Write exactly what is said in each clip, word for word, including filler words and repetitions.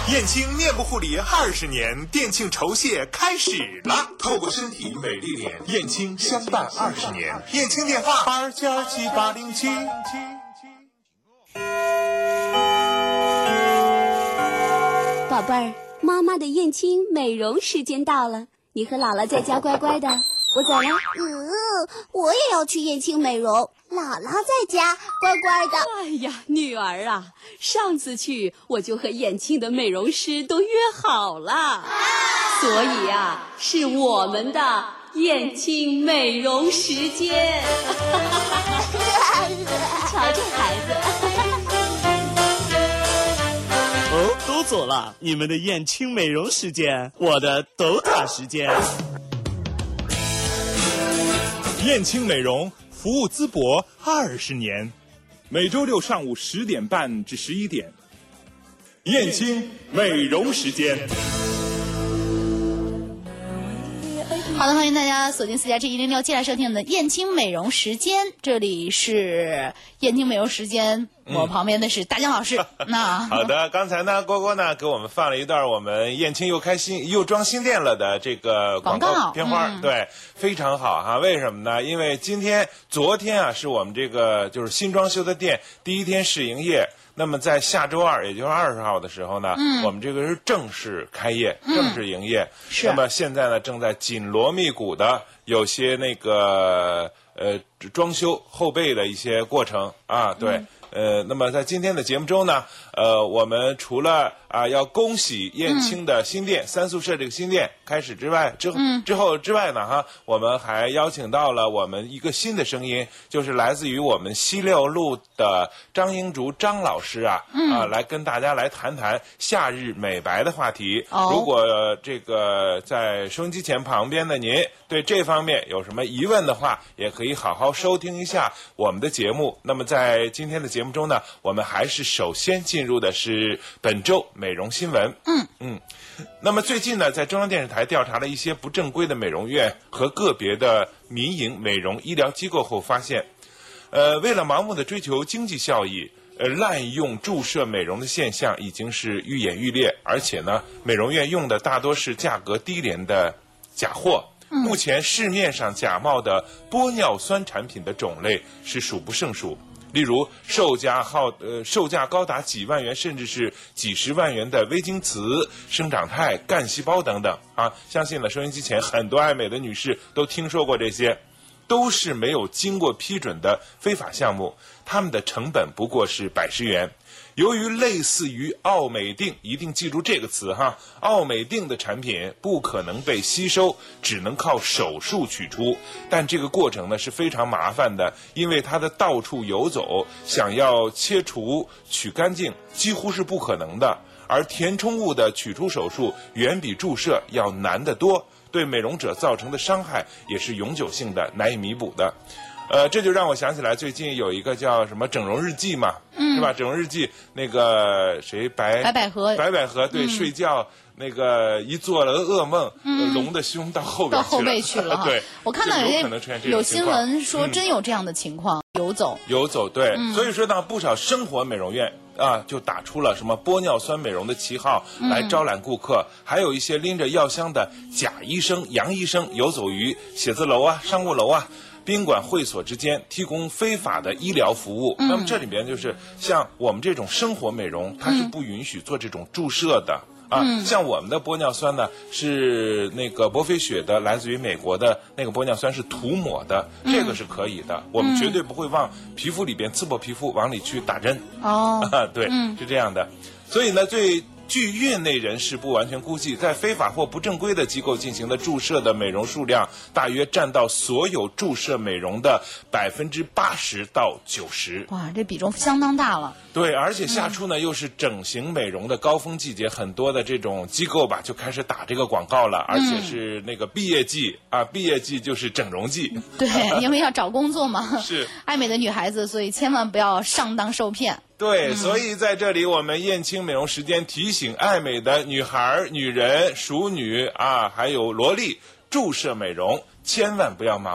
燕青面部护理二十年，店庆酬谢开始了。透过身体美丽脸，燕青相伴二十年。燕青电话：二加七八零七。 宝贝儿，妈妈的燕青美容时间到了，你和姥姥在家乖乖的，我走了。 嗯，我也要去燕青美容，姥姥在家乖乖的。 哎呀，女儿啊，上次去我就和燕青的美容师都约好了，啊、所以啊，是我们的燕青美容时间。瞧这孩子。 哦，都走了，你们的燕青美容时间，我的斗塔时间。 燕青美容服务淄博二十年，每周六上午十点半至十一点，燕青美容时间。 好的，欢迎大家锁定四加 G 一零六，进来收听我们的燕青美容时间。这里是燕青美容时间，嗯、我旁边的是大江老师。那好的，刚才呢，郭郭呢给我们放了一段我们燕青又开新又装新店了的这个广告片花，嗯、对，非常好哈。为什么呢？因为今天、昨天啊，是我们这个就是新装修的店第一天试营业。那么在下周二，也就是二十号的时候呢，嗯、我们这个是正式开业，嗯、正式营业。是。那么现在呢，正在紧锣密鼓的有些那个呃装修后备的一些过程啊，对。嗯呃，那么在今天的节目中呢，呃，我们除了啊要恭喜燕青的新店、嗯、三宿舍这个新店开始之外，之后、嗯、之后之外呢，哈，我们还邀请到了我们一个新的声音，就是来自于我们西六路的张英竹张老师啊，嗯、啊，来跟大家来谈谈夏日美白的话题。哦、如果、呃、这个在收音机前旁边的您对这方面有什么疑问的话，也可以好好收听一下我们的节目。那么在今天的节目节目中呢，我们还是首先进入的是本周美容新闻。嗯嗯，那么最近呢，在中央电视台调查了一些不正规的美容院和个别的民营美容医疗机构后发现，呃，为了盲目的追求经济效益，呃，滥用注射美容的现象已经是愈演愈烈，而且呢，美容院用的大多是价格低廉的假货。目前市面上假冒的玻尿酸产品的种类是数不胜数。例如售价好呃售价高达几万元甚至是几十万元的微晶瓷、生长肽、干细胞等等啊，相信呢收音机前很多爱美的女士都听说过这些，都是没有经过批准的非法项目，它们的成本不过是百十元。由于类似于奥美定，一定记住这个词哈，奥美定的产品不可能被吸收，只能靠手术取出，但这个过程呢是非常麻烦的，因为它的到处游走，想要切除取干净几乎是不可能的，而填充物的取出手术远比注射要难得多，对美容者造成的伤害也是永久性的，难以弥补的。呃，这就让我想起来最近有一个叫什么整容日记嘛，嗯、是吧？整容日记那个谁白白百合， 白百合对、嗯、睡觉那个一做了噩梦，嗯、龙的胸到后边到后背去了。 对， 我看到有些有新闻说真有这样的情况，嗯、游走游走对、嗯，所以说呢，不少生活美容院啊，就打出了什么玻尿酸美容的旗号来招揽顾客，嗯、还有一些拎着药箱的假医生、洋医生游走于写字楼啊、商务楼啊、宾馆会所之间，提供非法的医疗服务。嗯、那么这里边就是像我们这种生活美容，它是不允许做这种注射的。啊，嗯、像我们的玻尿酸呢，是那个博菲雪的，来自于美国的那个玻尿酸是涂抹的，嗯、这个是可以的。我们绝对不会往皮肤里边刺破皮肤，往里去打针。哦，啊、对、嗯，是这样的。所以呢，对。据业内人士不完全估计，在非法或不正规的机构进行的注射的美容数量，大约占到所有注射美容的百分之八十到九十。 哇，这比重相当大了。 对，而且夏初呢、嗯、又是整形美容的高峰季节，很多的这种机构吧就开始打这个广告了，而且是那个毕业季、嗯、啊，毕业季就是整容季。 对，因为要找工作嘛。 是爱美的女孩子，所以千万不要上当受骗。 对、嗯，所以在这里我们燕青美容时间提醒爱美的女孩、女人、熟女啊，还有萝莉，注射美容千万不要盲目。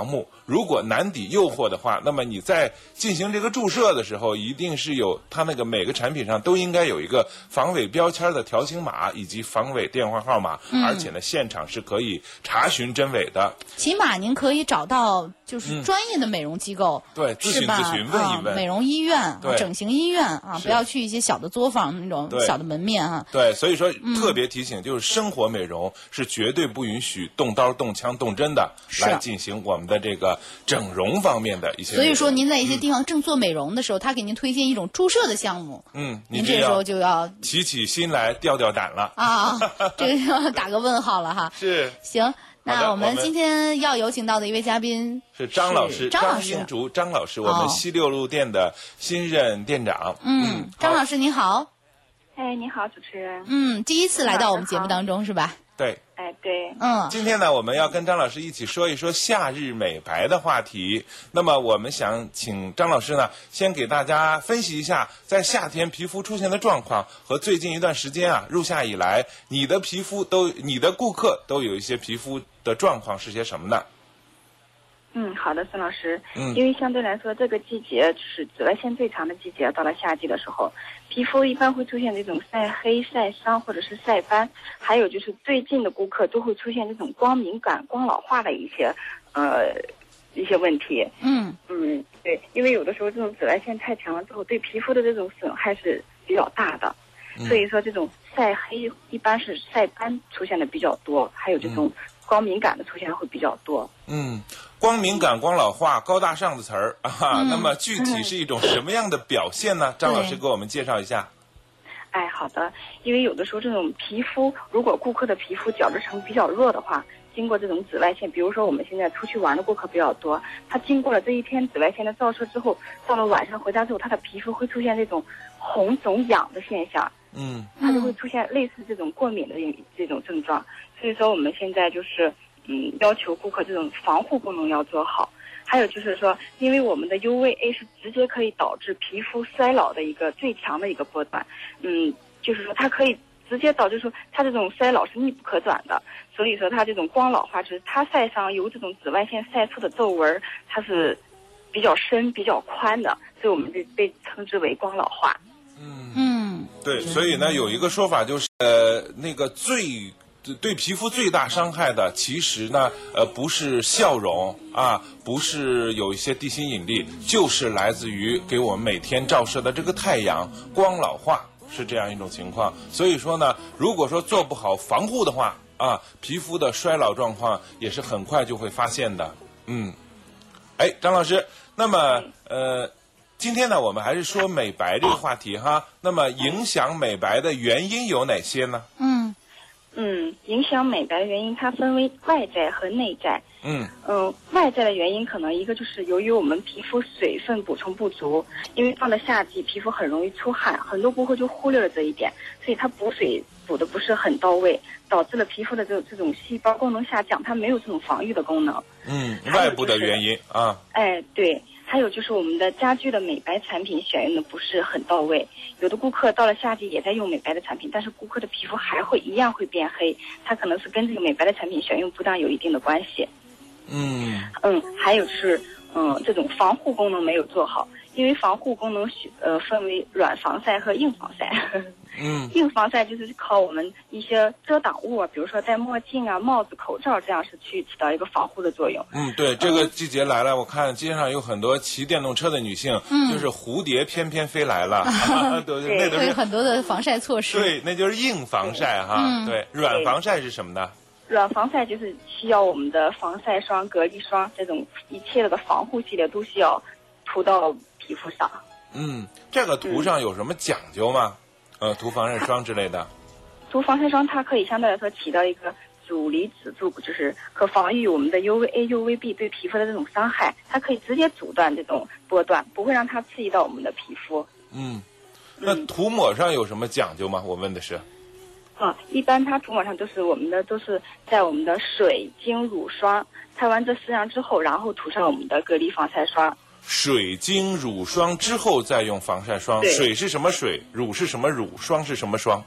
如果难抵诱惑的话，那么你在进行这个注射的时候，一定是有它那个每个产品上都应该有一个防伪标签的条形码以及防伪电话号码，嗯、而且呢，现场是可以查询真伪的。 起码您可以找到就是专业的美容机构， 嗯、对，咨询咨询问一问、 啊，美容医院、 对整形医院啊，不要去一些小的作坊那种小的门面啊。 对，所以说特别提醒，就是生活美容是绝对不允许动刀、动枪、动针的来进行我们的这个整容方面的一些。 所以说，您在一些地方正做美容的时候，嗯、他给您推荐一种注射的项目， 嗯， 您这时候就要提起心来，吊吊胆了啊，这个要打个问号了哈。 是， 行。那我们今天要有请到的一位嘉宾是张老师， 张老师英竹，张老师，我们西六路店的新任店长。 嗯，张老师您好。 哎，你好，主持人。 嗯，第一次来到我们节目当中是吧？ 对。 哎，对。 嗯， 今天呢，我们要跟张老师一起说一说夏日美白的话题。那么，我们想请张老师呢，先给大家分析一下，在夏天皮肤出现的状况和最近一段时间啊，入夏以来，你的皮肤都，你的顾客都有一些皮肤的状况是些什么呢？ 嗯，好的，孙老师。 嗯， 因为相对来说，这个季节是紫外线最强的季节，到了夏季的时候，皮肤一般会出现这种晒黑、晒伤或者是晒斑，还有就是最近的顾客都会出现这种光敏感、光老化的一些呃一些问题。 嗯嗯，对，因为有的时候这种紫外线太强了之后，对皮肤的这种损害是比较大的， 嗯、 所以说这种晒黑一般是晒斑出现的比较多，还有这种光敏感的出现会比较多。 嗯。光敏感、光老化，高大上的词儿啊，嗯、那么具体是一种什么样的表现呢？张老师给我们介绍一下。 哎，好的，因为有的时候这种皮肤，如果顾客的皮肤角质层比较弱的话，经过这种紫外线，比如说我们现在出去玩的顾客比较多，他经过了这一天紫外线的照射之后，到了晚上回家之后，他的皮肤会出现这种红肿痒的现象。 嗯， 他就会出现类似这种过敏的这种症状。所以说我们现在就是。嗯，要求顾客这种防护功能要做好，还有就是说，因为我们的 U V A 是直接可以导致皮肤衰老的一个最强的一个波段，嗯，就是说它可以直接导致说它这种衰老是密不可转的，所以说它这种光老化就是它晒伤由这种紫外线晒出的皱纹，它是比较深、比较宽的，所以我们就被称之为光老化。 嗯嗯， 对，所以呢，有一个说法就是，呃，那个最。对皮肤最大伤害的，其实呢，呃，不是笑容啊，不是有一些地心引力，就是来自于给我们每天照射的这个太阳光老化，是这样一种情况。所以说呢，如果说做不好防护的话啊，皮肤的衰老状况也是很快就会发现的。嗯，哎，张老师，那么呃，今天呢，我们还是说美白这个话题哈。那么影响美白的原因有哪些呢？ 嗯。 嗯，影响美白的原因它分为外在和内在。 嗯嗯、呃，外在的原因可能一个就是由于我们皮肤水分补充不足，因为到了夏季皮肤很容易出汗，很多顾客就忽略了这一点，所以它补水补的不是很到位，导致了皮肤的这这种细胞功能下降，它没有这种防御的功能。 嗯，外部的原因啊。 哎，对。还有就是我们的家居的美白产品选用的不是很到位，有的顾客到了夏季也在用美白的产品，但是顾客的皮肤还会一样会变黑，它可能是跟这个美白的产品选用不当有一定的关系。 嗯嗯，还有就是嗯这种防护功能没有做好，因为防护功能呃分为软防晒和硬防晒。 嗯， 硬防晒就是靠我们一些遮挡物，比如说戴墨镜啊、帽子、口罩，这样是去起到一个防护的作用。 嗯，对，这个季节来了，我看街上有很多骑电动车的女性， 嗯， 就是蝴蝶翩翩飞来了，对对，那都是会很多的防晒措施。 对，那就是硬防晒哈。 嗯、 对，软防晒是什么呢？ 软防晒就是需要我们的防晒霜、隔离霜这种一切的防护系列都需要涂到皮肤上。 嗯，这个涂上有什么讲究吗？呃，涂防晒霜之类的。 涂防晒霜它可以相对来说起到一个阻离止住，就是可防御我们的 U V A、U V B 对皮肤的这种伤害，它可以直接阻断这种波段，不会让它刺激到我们的皮肤。 嗯，那涂抹上有什么讲究吗？我问的是。 啊，一般它涂抹上都是我们的都是在我们的水晶乳霜擦完这四样之后，然后涂上我们的隔离防晒霜。 水晶乳霜之后再用防晒霜。水是什么水？乳是什么乳？霜是什么霜？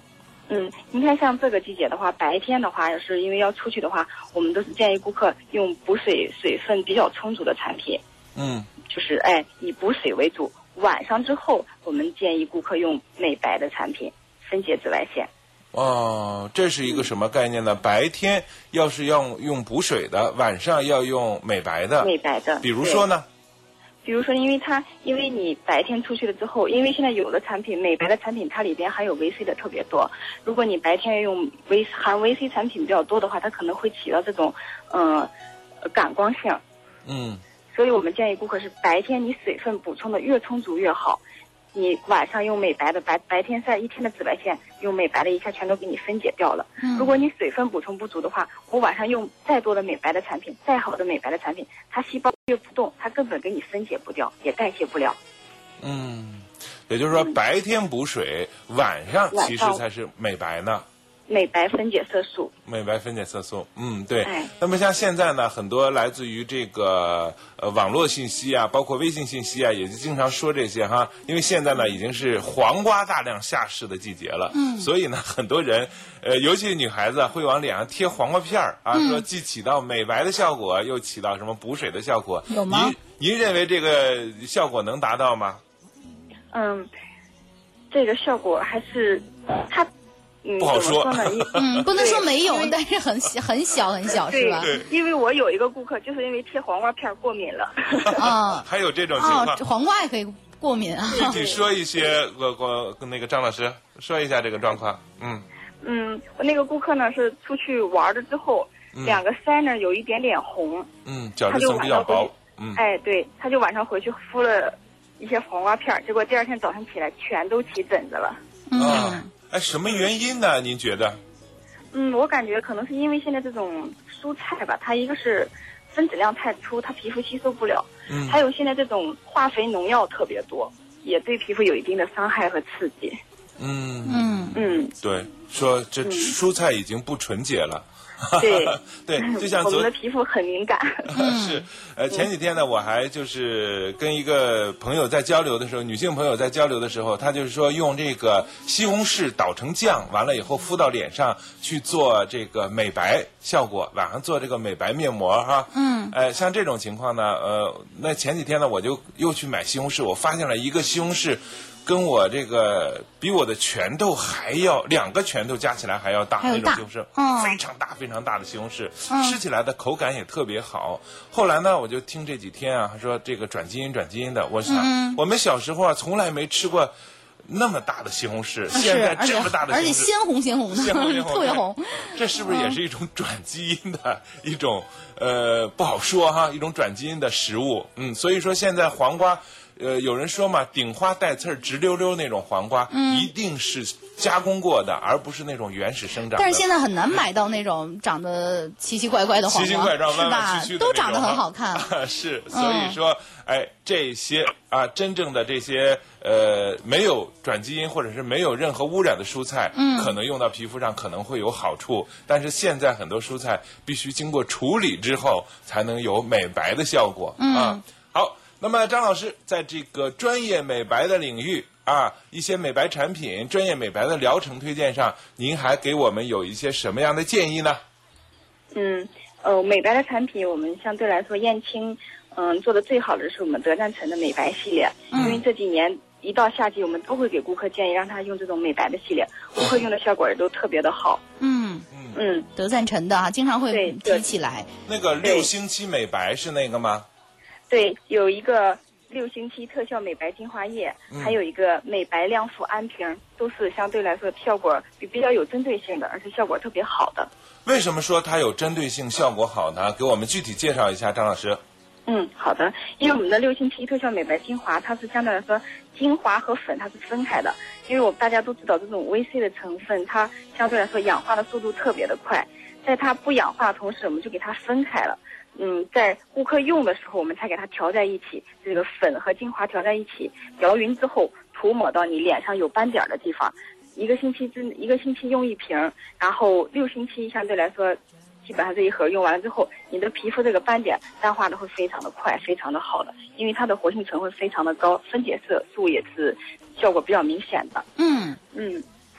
嗯，您看像这个季节的话，白天的话，要是因为要出去的话，我们都是建议顾客用补水水分比较充足的产品。 嗯， 就是哎以补水为主。晚上之后，我们建议顾客用美白的产品，分解紫外线。 哦，这是一个什么概念呢？白天要是要用补水的，晚上要用美白的。 美白的， 比如说呢？ 比如说，因为它，因为你白天出去了之后，因为现在有的产品美白的产品，它里边含有维 C 的特别多。如果你白天用维含维 C 产品比较多的话，它可能会起到这种嗯、呃、感光性。 嗯。 所以我们建议顾客是白天你水分补充的越充足越好。你晚上用美白的，白白天晒一天的紫外线，用美白的一下全都给你分解掉了。嗯、如果你水分补充不足的话，我晚上用再多的美白的产品，再好的美白的产品，它细胞越不动，它根本给你分解不掉，也代谢不了。 嗯，也就是说白天补水，嗯、晚上其实才是美白呢。 美白分解色素， 美白分解色素，嗯，对。 哎、 那么像现在呢，很多来自于这个呃网络信息啊，包括微信信息啊，也就经常说这些哈。因为现在呢已经是黄瓜大量下市的季节了，嗯，所以呢很多人，呃，尤其是女孩子会往脸上贴黄瓜片儿啊，嗯、说既起到美白的效果，又起到什么补水的效果。 有吗？ 您您认为这个效果能达到吗？ 嗯，这个效果还是它。嗯， 不好说。 怎么说呢？ 嗯，不能说没有，但是很很小很小，是吧？ 对，因为我有一个顾客就是因为贴黄瓜片过敏了。 啊， 还有这种情况？ 哦，黄瓜也可以过敏啊。 具体说一些，我我跟那个张老师说一下这个状况。嗯嗯，我那个顾客呢是出去玩了之后，嗯、两个腮呢有一点点红。 嗯，角质层比较薄。嗯， 哎，对，他就晚上回去敷了一些黄瓜片，结果第二天早上起来全都起疹子了。 嗯。 哎，什么原因呢？您觉得？ 嗯，我感觉可能是因为现在这种蔬菜吧，它一个是分子量太粗，它皮肤吸收不了；嗯，还有现在这种化肥农药特别多，也对皮肤有一定的伤害和刺激。 嗯嗯嗯， 对，说这蔬菜已经不纯洁了。 对对，就像我们的皮肤很敏感。 是，呃，前几天呢，我还就是跟一个朋友在交流的时候，女性朋友在交流的时候，她就是说用这个西红柿捣成酱，完了以后敷到脸上去做这个美白效果，晚上做这个美白面膜哈。嗯。呃，像这种情况呢，呃，那前几天呢，我就又去买西红柿，我发现了一个西红柿。跟我这个比我的拳头还要两个拳头加起来还要大那种西红柿， 嗯、 非常大非常大的西红柿， 嗯、 吃起来的口感也特别好。后来呢，我就听这几天啊说这个转基因转基因的，我想、嗯、我们小时候啊从来没吃过那么大的西红柿，现在这么大的西红柿， 而且鲜红鲜红的， 鲜红鲜红特别红。 这是不是也是一种转基因的一种呃不好说哈，一种转基因的食物？嗯，所以说现在黄瓜。呃，有人说嘛，顶花带刺儿、直溜溜那种黄瓜，嗯、一定是加工过的，而不是那种原始生长的。 但是现在很难买到那种长得奇奇怪怪的黄瓜， 奇奇怪状、 弯弯曲曲的，都长得很好看。 啊、是，所以说，嗯、哎，这些啊，真正的这些呃，没有转基因或者是没有任何污染的蔬菜，嗯，可能用到皮肤上可能会有好处。但是现在很多蔬菜必须经过处理之后，才能有美白的效果。 嗯、 啊，好。那么张老师在这个专业美白的领域啊，一些美白产品、专业美白的疗程推荐上，您还给我们有一些什么样的建议呢？ 嗯，呃，美白的产品我们相对来说燕青，嗯，做的最好的是我们德赞臣的美白系列，嗯、因为这几年一到夏季，我们都会给顾客建议让他用这种美白的系列，顾客用的效果也都特别的好。 嗯嗯嗯， 德赞臣的啊，经常会提起来。 那个六星期美白是那个吗？ 对，有一个六星期特效美白精华液，嗯、还有一个美白亮肤安瓶，都是相对来说效果比比较有针对性的，而且效果特别好的。 为什么说它有针对性、效果好呢？给我们具体介绍一下，张老师。 嗯，好的。因为我们的六星期特效美白精华，它是相对来说精华和粉它是分开的，因为我们大家都知道这种维 C 的成分，它相对来说氧化的速度特别的快，在它不氧化的同时，我们就给它分开了。嗯，在顾客用的时候，我们才给它调在一起，这个粉和精华调在一起，调匀之后涂抹到你脸上有斑点的地方。一个星期之一个星期用一瓶，然后六星期相对来说，基本上这一盒用完了之后，你的皮肤这个斑点淡化的会非常的快，非常的好的，因为它的活性成分非常的高，分解色素也是效果比较明显的。 嗯嗯。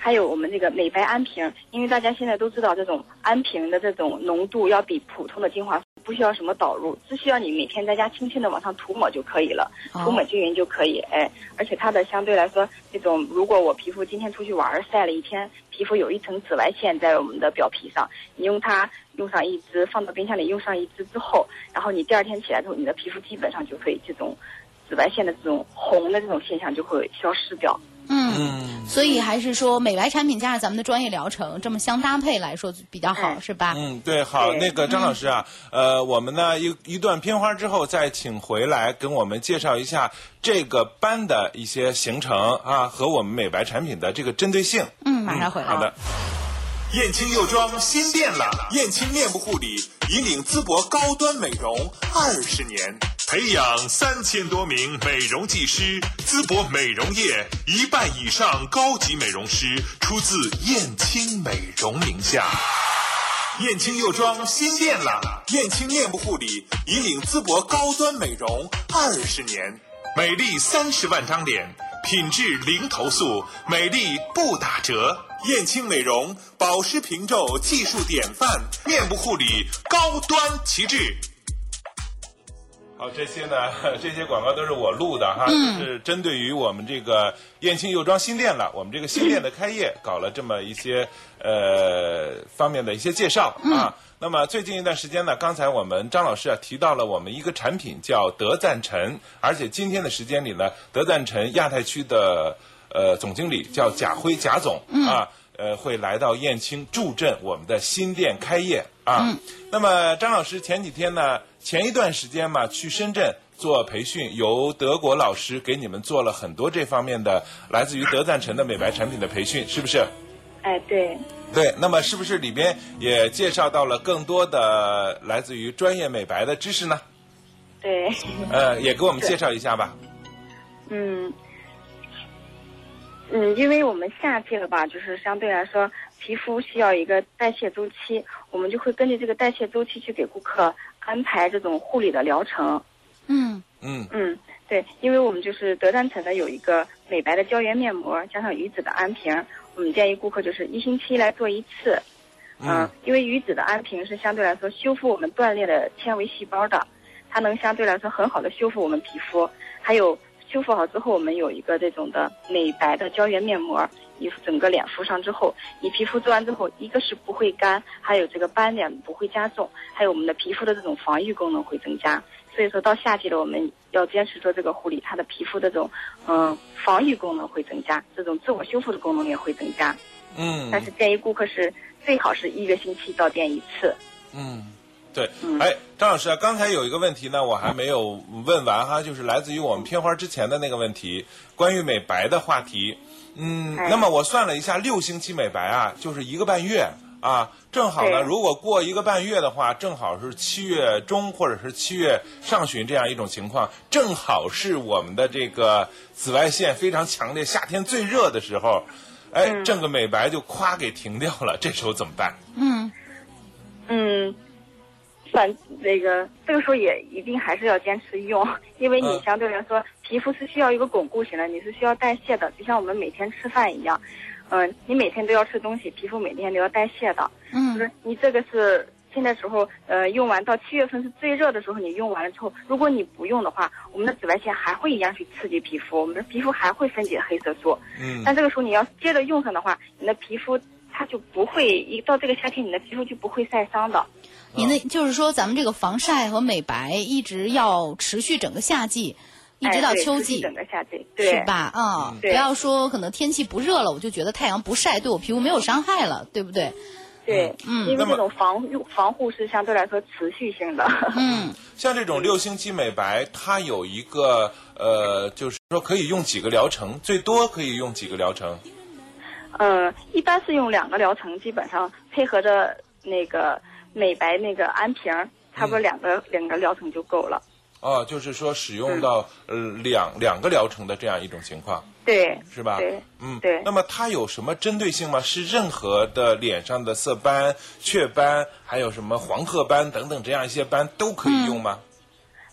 还有我们这个美白安瓶，因为大家现在都知道这种安瓶的这种浓度要比普通的精华不需要什么导入，只需要你每天在家轻轻的往上涂抹就可以了，涂抹均匀就可以。哎，而且它的相对来说，这种如果我皮肤今天出去玩晒了一天，皮肤有一层紫外线在我们的表皮上，你用它用上一支，放到冰箱里用上一支之后，然后你第二天起来之后，你的皮肤基本上就会这种紫外线的这种红的这种现象就会消失掉。 嗯，所以还是说美白产品加上咱们的专业疗程，这么相搭配来说比较好， 嗯、 是吧？ 嗯，对，好，那个张老师啊，嗯、呃，我们呢一一段片花之后，再请回来跟我们介绍一下这个班的一些行程啊，和我们美白产品的这个针对性。 嗯，马上回来。 嗯、好的。 燕青幼装新店了，燕青面部护理引领淄博高端美容二十年，培养三千多名美容技师，淄博美容业一半以上高级美容师出自燕青美容名下。燕青幼装新店了，燕青面部护理引领淄博高端美容二十年，美丽三十万张脸，品质零投诉，美丽不打折。燕青美容保湿平皱技术典范，面部护理高端旗帜。 好，这些呢，这些广告都是我录的哈， 嗯、 是针对于我们这个燕青幼装新店了，我们这个新店的开业搞了这么一些呃方面的一些介绍啊。嗯、那么最近一段时间呢，刚才我们张老师啊提到了我们一个产品叫德赞臣，而且今天的时间里呢，德赞臣亚太区的呃总经理叫贾辉贾总啊。嗯呃，会来到燕青助阵我们的新店开业啊。嗯、那么张老师前几天呢，前一段时间嘛，去深圳做培训，由德国老师给你们做了很多这方面的来自于德赞臣的美白产品的培训，是不是？ 哎，对。 对，那么是不是里边也介绍到了更多的来自于专业美白的知识呢？ 对。 呃，也给我们介绍一下吧。 嗯。嗯，因为我们夏季了吧，就是相对来说，皮肤需要一个代谢周期，我们就会根据这个代谢周期去给顾客安排这种护理的疗程。 嗯嗯嗯，对，因为我们就是德赞臣的有一个美白的胶原面膜，加上鱼子的安瓶，我们建议顾客就是一星期来做一次。嗯、呃，因为鱼子的安瓶是相对来说修复我们断裂的纤维细胞的，它能相对来说很好的修复我们皮肤，还有。修复好之后，我们有一个这种的美白的胶原面膜，你整个脸敷上之后，你皮肤做完之后，一个是不会干，还有这个斑点不会加重，还有我们的皮肤的这种防御功能会增加。所以说到夏季了，我们要坚持做这个护理，它的皮肤的这种嗯防御功能会增加，这种自我修复的功能也会增加。 嗯， 但是建议顾客是最好是一个星期到店一次。 嗯。对，哎，张老师啊，刚才有一个问题呢，我还没有问完哈，就是来自于我们片花之前的那个问题，关于美白的话题。嗯，那么我算了一下，六星期美白啊，就是一个半月啊，正好呢，如果过一个半月的话，正好是七月中或者是七月上旬这样一种情况，正好是我们的这个紫外线非常强烈，夏天最热的时候，哎，这个美白就夸给停掉了，这时候怎么办？ 嗯嗯。反那个这个时候也一定还是要坚持用，因为你相对来说、嗯、皮肤是需要一个巩固型的，你是需要代谢的，就像我们每天吃饭一样，嗯、呃，你每天都要吃东西，皮肤每天都要代谢的， 嗯， 就是你这个是现在时候呃用完到七月份是最热的时候，你用完了之后，如果你不用的话，我们的紫外线还会一样去刺激皮肤，我们的皮肤还会分解黑色素， 嗯， 但这个时候你要接着用上的话，你的皮肤它就不会一到这个夏天，你的皮肤就不会晒伤的。 你那就是说，咱们这个防晒和美白一直要持续整个夏季，一直到秋季， 哎、整个夏季，对， 是吧？啊、嗯，不要说可能天气不热了，我就觉得太阳不晒对我皮肤没有伤害了，对不对？ 对，嗯，因为这种防防护是相对来说持续性的。 嗯， 像这种六星期美白，它有一个呃，就是说可以用几个疗程，最多可以用几个疗程？ 呃，一般是用两个疗程，基本上配合着那个。美白那个安瓶，差不多两个、嗯、两个疗程就够了。 哦，就是说使用到、嗯、呃两两个疗程的这样一种情况。 对， 是吧？ 对， 嗯， 对。 那么它有什么针对性吗？是任何的脸上的色斑、雀斑，还有什么黄褐斑等等这样一些斑都可以用吗？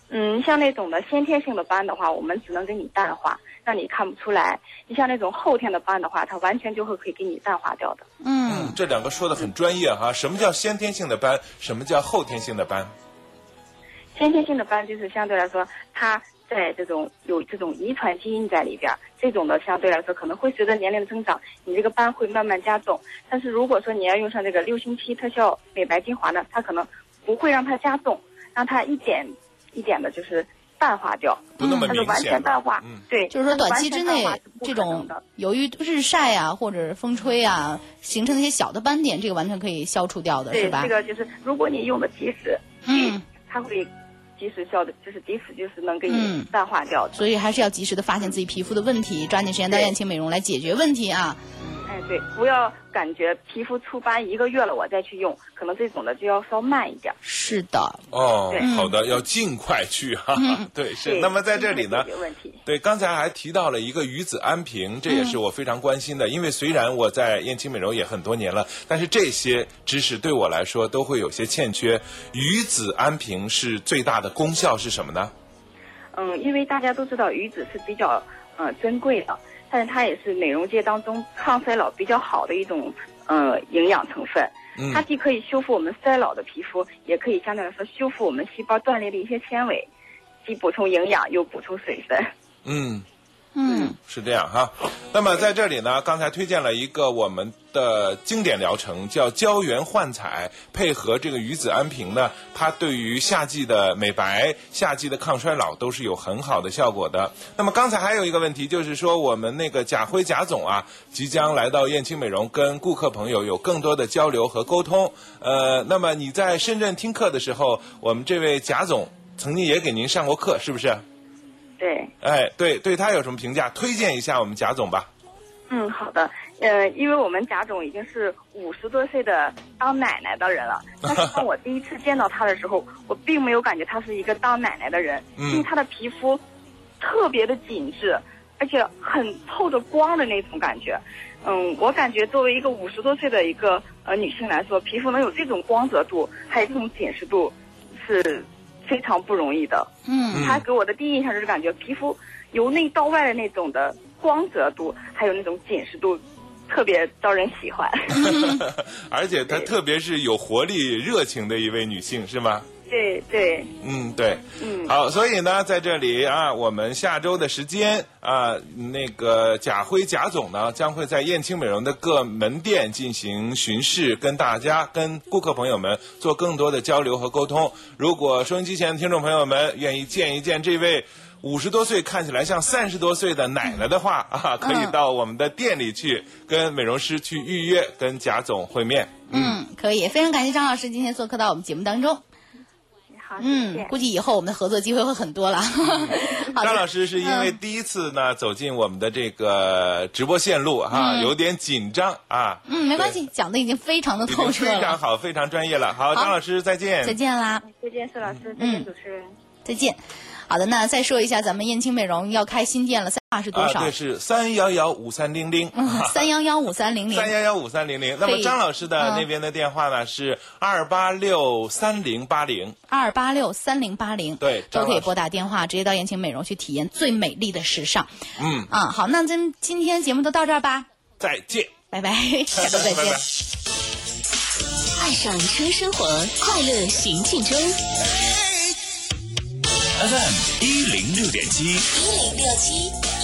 嗯，像那种的先天性的斑的话，我们只能给你淡化，让你看不出来。你像那种后天的斑的话，它完全就会可以给你淡化掉的。 嗯， 这两个说的很专业哈。什么叫先天性的斑？什么叫后天性的斑？ 先天性的斑就是相对来说，它在这种有这种遗传基因在里边，这种的相对来说可能会随着年龄的增长，你这个斑会慢慢加重。但是如果说你要用上这个六星期特效美白精华呢，它可能不会让它加重，让它一点一点的就是淡化掉， 不那么明显， 完全淡化。 嗯， 对， 就是说短期之内这种由于日晒啊或者风吹啊形成的一些小的斑点，这个完全可以消除掉的，是吧？ 对，这个就是如果你用的及时， 嗯， 它会及时消的，就是及时就是能给你淡化掉的。 所以还是要及时的发现自己皮肤的问题，抓紧时间到燕青美容来解决问题啊。 哎，对，不要感觉皮肤出斑一个月了我再去用，可能这种的就要稍慢一点。 是的。 哦，好的，要尽快去哈、嗯。对，是。那么在这里呢，对，刚才还提到了一个鱼子安瓶，这也是我非常关心的。嗯、因为虽然我在燕青美容也很多年了，但是这些知识对我来说都会有些欠缺。鱼子安瓶是最大的功效是什么呢？ 嗯，因为大家都知道鱼子是比较呃珍贵的。但是它也是美容界当中抗衰老比较好的一种呃营养成分，嗯、它既可以修复我们衰老的皮肤，也可以相对来说修复我们细胞断裂的一些纤维，既补充营养又补充水分。 嗯嗯， 是这样哈。那么在这里呢，刚才推荐了一个我们的经典疗程，叫胶原焕彩，配合这个鱼子安瓶呢，它对于夏季的美白、夏季的抗衰老都是有很好的效果的。那么刚才还有一个问题，就是说我们那个贾辉贾总啊，即将来到燕青美容，跟顾客朋友有更多的交流和沟通。呃，那么你在深圳听课的时候，我们这位贾总曾经也给您上过课，是不是？ 对， 哎，对，对他有什么评价？推荐一下我们贾总吧。 嗯，好的。呃，因为我们贾总已经是五十多岁的当奶奶的人了，但是当我第一次见到他的时候，我并没有感觉他是一个当奶奶的人， 嗯、 因为他的皮肤特别的紧致，而且很透着光的那种感觉。嗯，我感觉作为一个五十多岁的一个呃女性来说，皮肤能有这种光泽度，还有这种紧实度，是非常不容易的。 嗯， 他给我的第一印象就是感觉皮肤由内到外的那种的光泽度，还有那种紧实度，特别招人喜欢。 而且她特别是有活力、热情的一位女性，是吗？ 对对， 嗯对， 嗯好，所以呢，在这里啊，我们下周的时间啊，那个贾辉贾总呢，将会在燕青美容的各门店进行巡视，跟大家、跟顾客朋友们做更多的交流和沟通。如果收音机前的听众朋友们愿意见一见这位五十多岁看起来像三十多岁的奶奶的话啊，可以到我们的店里去跟美容师去预约，跟贾总会面。 嗯，可以，非常感谢张老师今天做客到我们节目当中。 好， 嗯，估计以后我们的合作机会会很多了。 张老师是因为第一次呢、嗯、走进我们的这个直播线路哈、嗯，有点紧张啊。 嗯，没关系，讲的已经非常的透彻了， 非常好，非常专业了。好，张老师再见。 再见啦。 再见，施老师。再见，主持人。 再见。好的，那再说一下，咱们燕青美容要开新店了，电话是多少？ 啊、对，是三幺幺五三零零， 三幺幺五三零零， 三幺幺五三零零。那么张老师的那边的电话呢、嗯、是二八六三零八零，二八六三零八零， 对， 都可以拨打电话，直接到燕青美容去体验最美丽的时尚。 嗯啊，好，那咱今天节目都到这儿吧， 再见， 拜拜，下周再见。 拜拜。 爱上车生活，快乐行进中。 F M 一零六点七， 一零六七。